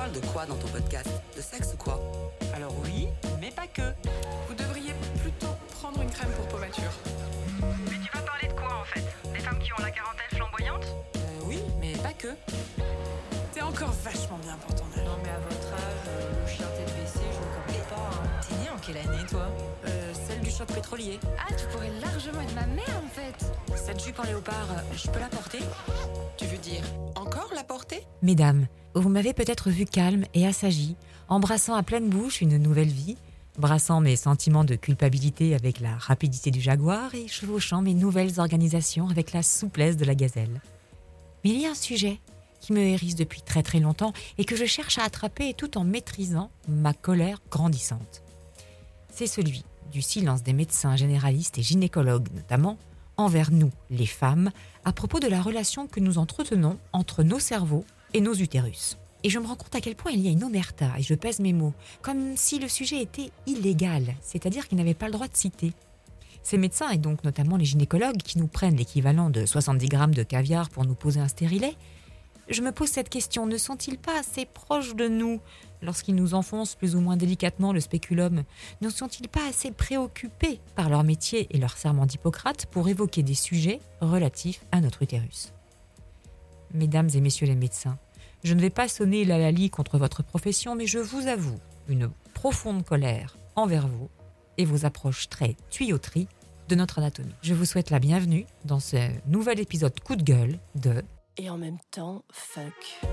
parles de quoi dans ton podcast? De sexe ou quoi? Alors oui, mais pas que. Vous devriez plutôt prendre une crème pour peau mature. Mais tu vas parler de quoi en fait? Des femmes qui ont la quarantaine flamboyante? Oui, mais pas que. T'es encore vachement bien pour ton âge. Non mais à votre âge, le chien tête baissée, je ne connais pas. Hein. T'es née en quelle année toi? Celle du choc pétrolier. Ah, tu pourrais largement être ma mère en fait. Cette jupe en léopard, je peux la porter? Tu veux dire encore la porter? Mesdames, vous m'avez peut-être vu calme et assagie, embrassant à pleine bouche une nouvelle vie, brassant mes sentiments de culpabilité avec la rapidité du jaguar et chevauchant mes nouvelles organisations avec la souplesse de la gazelle. Mais il y a un sujet qui me hérisse depuis très très longtemps et que je cherche à attraper tout en maîtrisant ma colère grandissante. C'est celui du silence des médecins généralistes et gynécologues notamment, envers nous, les femmes, à propos de la relation que nous entretenons entre nos cerveaux et nos utérus. Et je me rends compte à quel point il y a une omerta, et je pèse mes mots, comme si le sujet était illégal, c'est-à-dire qu'ils n'avaient pas le droit de citer. Ces médecins, et donc notamment les gynécologues, qui nous prennent l'équivalent de 70 grammes de caviar pour nous poser un stérilet, je me pose cette question, ne sont-ils pas assez proches de nous lorsqu'ils nous enfoncent plus ou moins délicatement le spéculum? Ne sont-ils pas assez préoccupés par leur métier et leur serment d'Hippocrate pour évoquer des sujets relatifs à notre utérus? Mesdames et messieurs les médecins, je ne vais pas sonner la lalie contre votre profession, mais je vous avoue une profonde colère envers vous et vos approches très tuyauteries de notre anatomie. Je vous souhaite la bienvenue dans ce nouvel épisode coup de gueule de Et en même temps, fuck.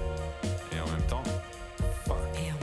Et en même temps, fuck.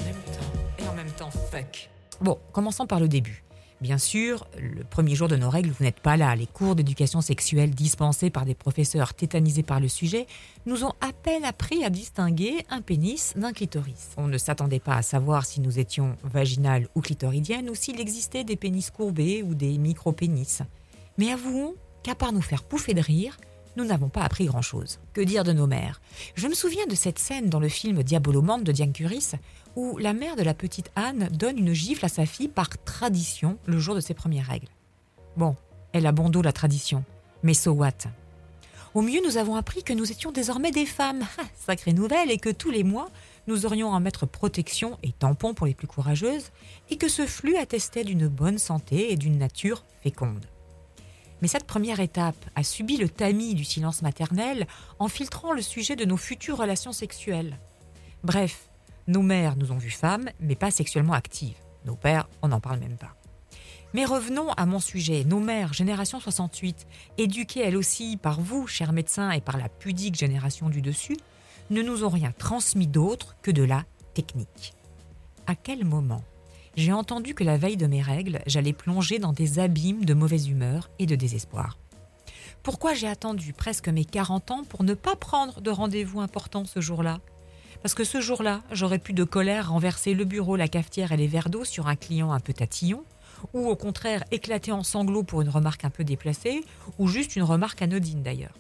Et en même temps, fuck. Bon, commençons par le début. Bien sûr, le premier jour de nos règles, vous n'êtes pas là. Les cours d'éducation sexuelle dispensés par des professeurs tétanisés par le sujet nous ont à peine appris à distinguer un pénis d'un clitoris. On ne s'attendait pas à savoir si nous étions vaginales ou clitoridiennes ou s'il existait des pénis courbés ou des micro-pénis. Mais avouons qu'à part nous faire pouffer de rire, nous n'avons pas appris grand-chose. Que dire de nos mères? Je me souviens de cette scène dans le film Diabolomante de Diane Curis, où la mère de la petite Anne donne une gifle à sa fille par tradition le jour de ses premières règles. Bon, elle a bon dos la tradition, mais so what? Au mieux, nous avons appris que nous étions désormais des femmes, sacrée nouvelle, et que tous les mois, nous aurions à mettre protection et tampons pour les plus courageuses, et que ce flux attestait d'une bonne santé et d'une nature féconde. Mais cette première étape a subi le tamis du silence maternel en filtrant le sujet de nos futures relations sexuelles. Bref, nos mères nous ont vues femmes, mais pas sexuellement actives. Nos pères, on n'en parle même pas. Mais revenons à mon sujet. Nos mères, génération 68, éduquées elles aussi par vous, chers médecins, et par la pudique génération du dessus, ne nous ont rien transmis d'autre que de la technique. À quel moment j'ai entendu que la veille de mes règles, j'allais plonger dans des abîmes de mauvaise humeur et de désespoir? Pourquoi j'ai attendu presque mes 40 ans pour ne pas prendre de rendez-vous important ce jour-là? Parce que ce jour-là, j'aurais pu de colère renverser le bureau, la cafetière et les verres d'eau sur un client un peu tatillon, ou au contraire éclater en sanglots pour une remarque un peu déplacée, ou juste une remarque anodine d'ailleurs.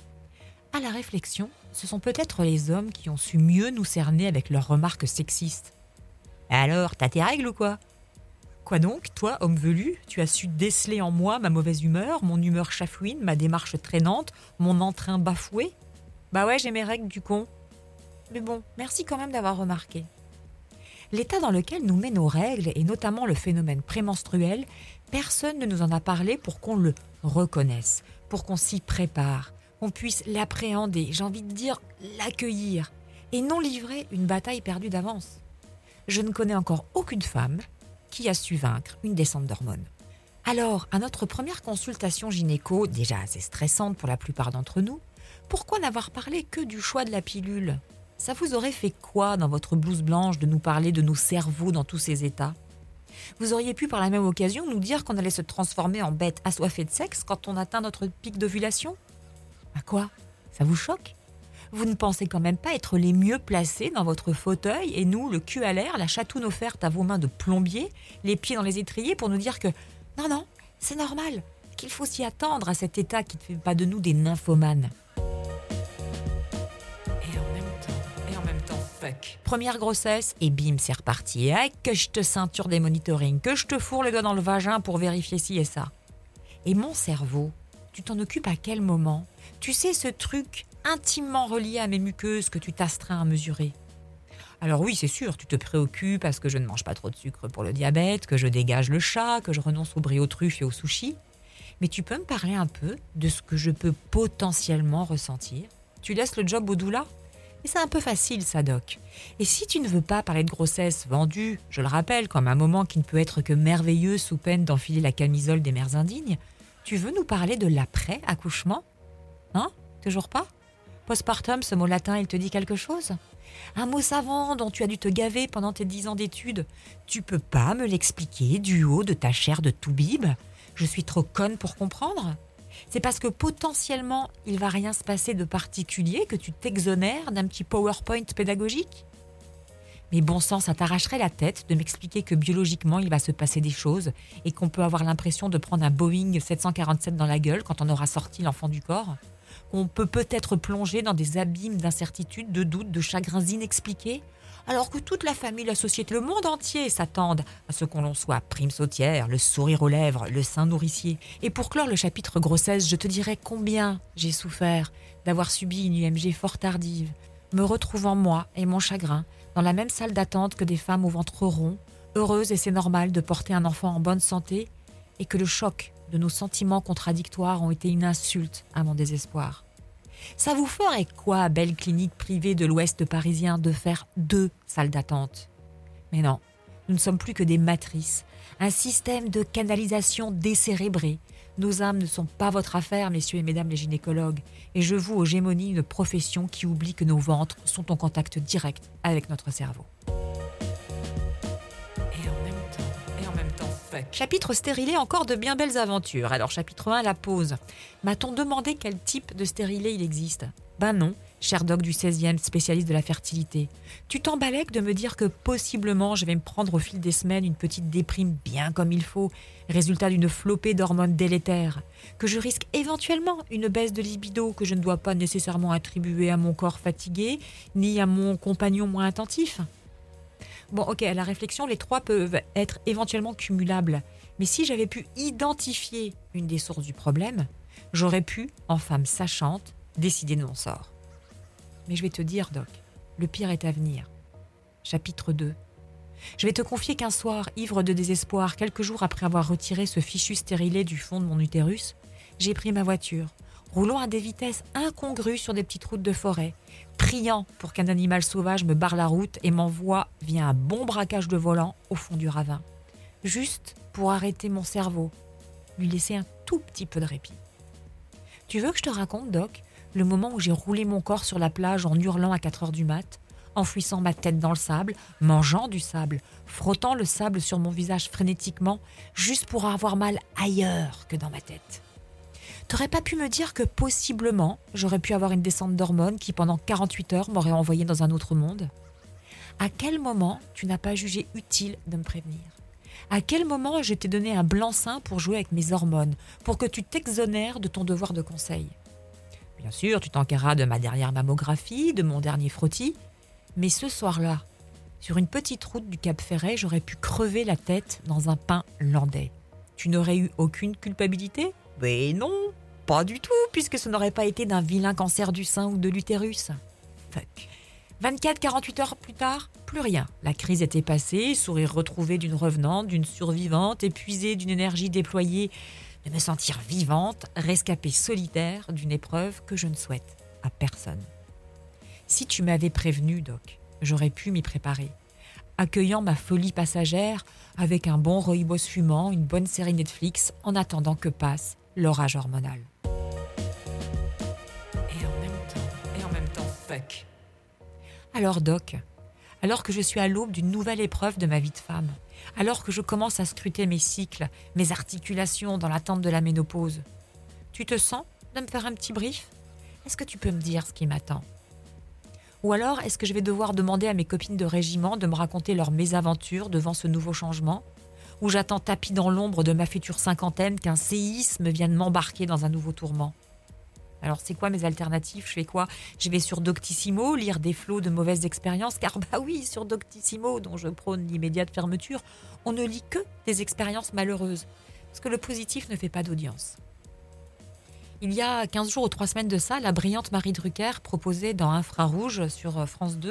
À la réflexion, ce sont peut-être les hommes qui ont su mieux nous cerner avec leurs remarques sexistes. Alors, t'as tes règles ou quoi? Quoi donc, toi, homme velu, tu as su déceler en moi ma mauvaise humeur, mon humeur chafouine, ma démarche traînante, mon entrain bafoué? Bah ouais, j'ai mes règles du con. Mais bon, merci quand même d'avoir remarqué. L'état dans lequel nous met nos règles, et notamment le phénomène prémenstruel, personne ne nous en a parlé pour qu'on le reconnaisse, pour qu'on s'y prépare, qu'on puisse l'appréhender, j'ai envie de dire l'accueillir, et non livrer une bataille perdue d'avance. Je ne connais encore aucune femme qui a su vaincre une descente d'hormones. Alors, à notre première consultation gynéco, déjà assez stressante pour la plupart d'entre nous, pourquoi n'avoir parlé que du choix de la pilule? Ça vous aurait fait quoi dans votre blouse blanche de nous parler de nos cerveaux dans tous ces états? Vous auriez pu par la même occasion nous dire qu'on allait se transformer en bête assoiffée de sexe quand on atteint notre pic d'ovulation? À quoi? Ça vous choque? Vous ne pensez quand même pas être les mieux placés dans votre fauteuil et nous, le cul à l'air, la chatoune offerte à vos mains de plombier, les pieds dans les étriers pour nous dire que non, c'est normal, qu'il faut s'y attendre à cet état qui ne fait pas de nous des nymphomanes. Et en même temps, fuck. Première grossesse et bim, c'est reparti. Et que je te ceinture des monitoring, que je te fourre les doigts dans le vagin pour vérifier ci et ça. Et mon cerveau, tu t'en occupes à quel moment? Tu sais ce truc intimement relié à mes muqueuses que tu t'astreins à mesurer. Alors oui, c'est sûr, tu te préoccupes parce que je ne mange pas trop de sucre pour le diabète, que je dégage le chat, que je renonce au brie aux truffes et aux sushis. Mais tu peux me parler un peu de ce que je peux potentiellement ressentir? Tu laisses le job au doula? Et c'est un peu facile ça, Doc. Et si tu ne veux pas parler de grossesse vendue, je le rappelle, comme un moment qui ne peut être que merveilleux sous peine d'enfiler la camisole des mères indignes, tu veux nous parler de l'après-accouchement? Hein? Toujours pas? Postpartum, ce mot latin, il te dit quelque chose? Un mot savant dont tu as dû te gaver pendant tes 10 ans d'études. Tu peux pas me l'expliquer du haut de ta chair de toubib? Je suis trop conne pour comprendre? C'est parce que potentiellement, il va rien se passer de particulier que tu t'exonères d'un petit PowerPoint pédagogique? Mais bon sang, ça t'arracherait la tête de m'expliquer que biologiquement, il va se passer des choses et qu'on peut avoir l'impression de prendre un Boeing 747 dans la gueule quand on aura sorti l'enfant du corps? Qu'on peut peut-être plonger dans des abîmes d'incertitude, de doutes, de chagrins inexpliqués, alors que toute la famille, la société, le monde entier s'attendent à ce qu'on l'on soit prime sautière, le sourire aux lèvres, le sein nourricier. Et pour clore le chapitre grossesse, je te dirai combien j'ai souffert d'avoir subi une IMG fort tardive, me retrouvant moi et mon chagrin dans la même salle d'attente que des femmes au ventre rond, heureuses et c'est normal de porter un enfant en bonne santé, et que le choc de nos sentiments contradictoires ont été une insulte à mon désespoir. Ça vous ferait quoi, belle clinique privée de l'Ouest parisien, de faire 2 salles d'attente? Mais non, nous ne sommes plus que des matrices, un système de canalisation décérébré. Nos âmes ne sont pas votre affaire, messieurs et mesdames les gynécologues, et je voue aux gémonies une profession qui oublie que nos ventres sont en contact direct avec notre cerveau. Et en même temps, fuck. Chapitre stérilé, encore de bien belles aventures. Alors, chapitre 1, la pause. M'a-t-on demandé quel type de stérilet il existe? Ben non, cher doc du 16e, spécialiste de la fertilité. Tu t'emballèques de me dire que possiblement je vais me prendre au fil des semaines une petite déprime bien comme il faut, résultat d'une flopée d'hormones délétères, que je risque éventuellement une baisse de libido que je ne dois pas nécessairement attribuer à mon corps fatigué, ni à mon compagnon moins attentif. Bon, ok, à la réflexion, les 3 peuvent être éventuellement cumulables. Mais si j'avais pu identifier une des sources du problème, j'aurais pu, en femme sachante, décider de mon sort. Mais je vais te dire, Doc, le pire est à venir. Chapitre 2. Je vais te confier qu'un soir, ivre de désespoir, quelques jours après avoir retiré ce fichu stérilet du fond de mon utérus, j'ai pris ma voiture, roulant à des vitesses incongrues sur des petites routes de forêt, priant pour qu'un animal sauvage me barre la route et m'envoie via un bon braquage de volant au fond du ravin. Juste pour arrêter mon cerveau, lui laisser un tout petit peu de répit. Tu veux que je te raconte, Doc, le moment où j'ai roulé mon corps sur la plage en hurlant à 4 heures du mat', enfouissant ma tête dans le sable, mangeant du sable, frottant le sable sur mon visage frénétiquement, juste pour avoir mal ailleurs que dans ma tête. T'aurais pas pu me dire que possiblement, j'aurais pu avoir une descente d'hormones qui pendant 48 heures m'aurait envoyé dans un autre monde? À quel moment tu n'as pas jugé utile de me prévenir? À quel moment je t'ai donné un blanc-seing pour jouer avec mes hormones, pour que tu t'exonères de ton devoir de conseil? Bien sûr, tu t'enquéras de ma dernière mammographie, de mon dernier frottis, mais ce soir-là, sur une petite route du Cap Ferret, j'aurais pu crever la tête dans un pain landais. Tu n'aurais eu aucune culpabilité? Mais non, pas du tout, puisque ce n'aurait pas été d'un vilain cancer du sein ou de l'utérus. Fuck. 24-48 heures plus tard, plus rien. La crise était passée, sourire retrouvé d'une revenante, d'une survivante, épuisée d'une énergie déployée, de me sentir vivante, rescapée solitaire d'une épreuve que je ne souhaite à personne. Si tu m'avais prévenu, Doc, j'aurais pu m'y préparer, accueillant ma folie passagère avec un bon rooibos fumant, une bonne série Netflix, en attendant que passe l'orage hormonal. Et en même temps, fuck. Alors, Doc, alors que je suis à l'aube d'une nouvelle épreuve de ma vie de femme, alors que je commence à scruter mes cycles, mes articulations dans l'attente de la ménopause, tu te sens de me faire un petit brief? Est-ce que tu peux me dire ce qui m'attend? Ou alors, est-ce que je vais devoir demander à mes copines de régiment de me raconter leurs mésaventures devant ce nouveau changement? Ou j'attends tapis dans l'ombre de ma future cinquantaine qu'un séisme vienne m'embarquer dans un nouveau tourment? Alors, c'est quoi mes alternatives? Je fais quoi? Je vais sur Doctissimo lire des flots de mauvaises expériences, car bah oui, sur Doctissimo, dont je prône l'immédiate fermeture, on ne lit que des expériences malheureuses, parce que le positif ne fait pas d'audience. Il y a 15 jours ou 3 semaines de ça, la brillante Marie Drucker proposait dans Infrarouge sur France 2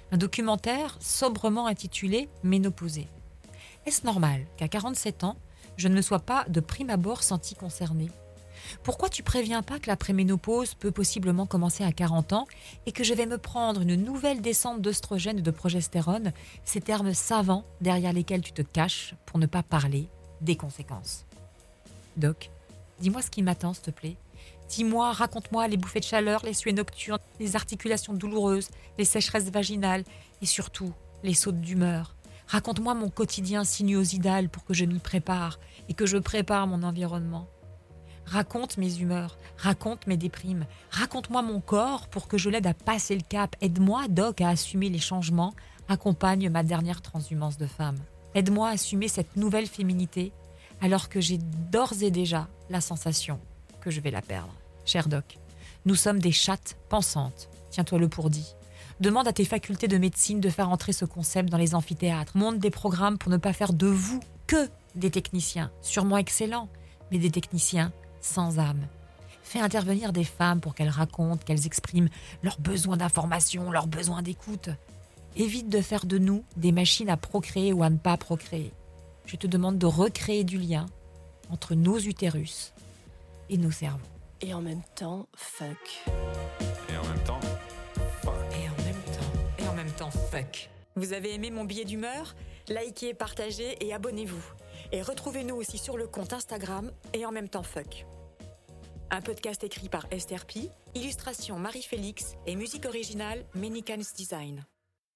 Un documentaire sobrement intitulé « Ménopausée ». Est-ce normal qu'à 47 ans, je ne me sois pas de prime abord sentie concernée ? Pourquoi tu préviens pas que la préménopause peut possiblement commencer à 40 ans et que je vais me prendre une nouvelle descente d'œstrogène et de progestérone, ces termes savants derrière lesquels tu te caches pour ne pas parler des conséquences ? Doc, dis-moi ce qui m'attend, s'il te plaît. Dis-moi, raconte-moi les bouffées de chaleur, les suées nocturnes, les articulations douloureuses, les sécheresses vaginales et surtout les sautes d'humeur. Raconte-moi mon quotidien sinuosidal pour que je m'y prépare et que je prépare mon environnement. Raconte mes humeurs, raconte mes déprimes, raconte-moi mon corps pour que je l'aide à passer le cap. Aide-moi, Doc, à assumer les changements, accompagne ma dernière transhumance de femme. Aide-moi à assumer cette nouvelle féminité alors que j'ai d'ores et déjà la sensation que je vais la perdre. Cher Doc, nous sommes des chattes pensantes, tiens-toi-le pour dit. Demande à tes facultés de médecine de faire entrer ce concept dans les amphithéâtres. Monte des programmes pour ne pas faire de vous que des techniciens, sûrement excellents, mais des techniciens sans âme. Fais intervenir des femmes pour qu'elles racontent, qu'elles expriment leurs besoins d'information, leurs besoins d'écoute. Évite de faire de nous des machines à procréer ou à ne pas procréer. Je te demande de recréer du lien entre nos utérus et nos cerveaux. Et en même temps, fuck. Et en même temps, fuck. Et en même temps, fuck. Vous avez aimé mon billet d'humeur ? Likez, partagez et abonnez-vous. Et retrouvez-nous aussi sur le compte Instagram et en même temps fuck. Un podcast écrit par Esther Pi, illustration Marie-Félix et musique originale Menikans Design.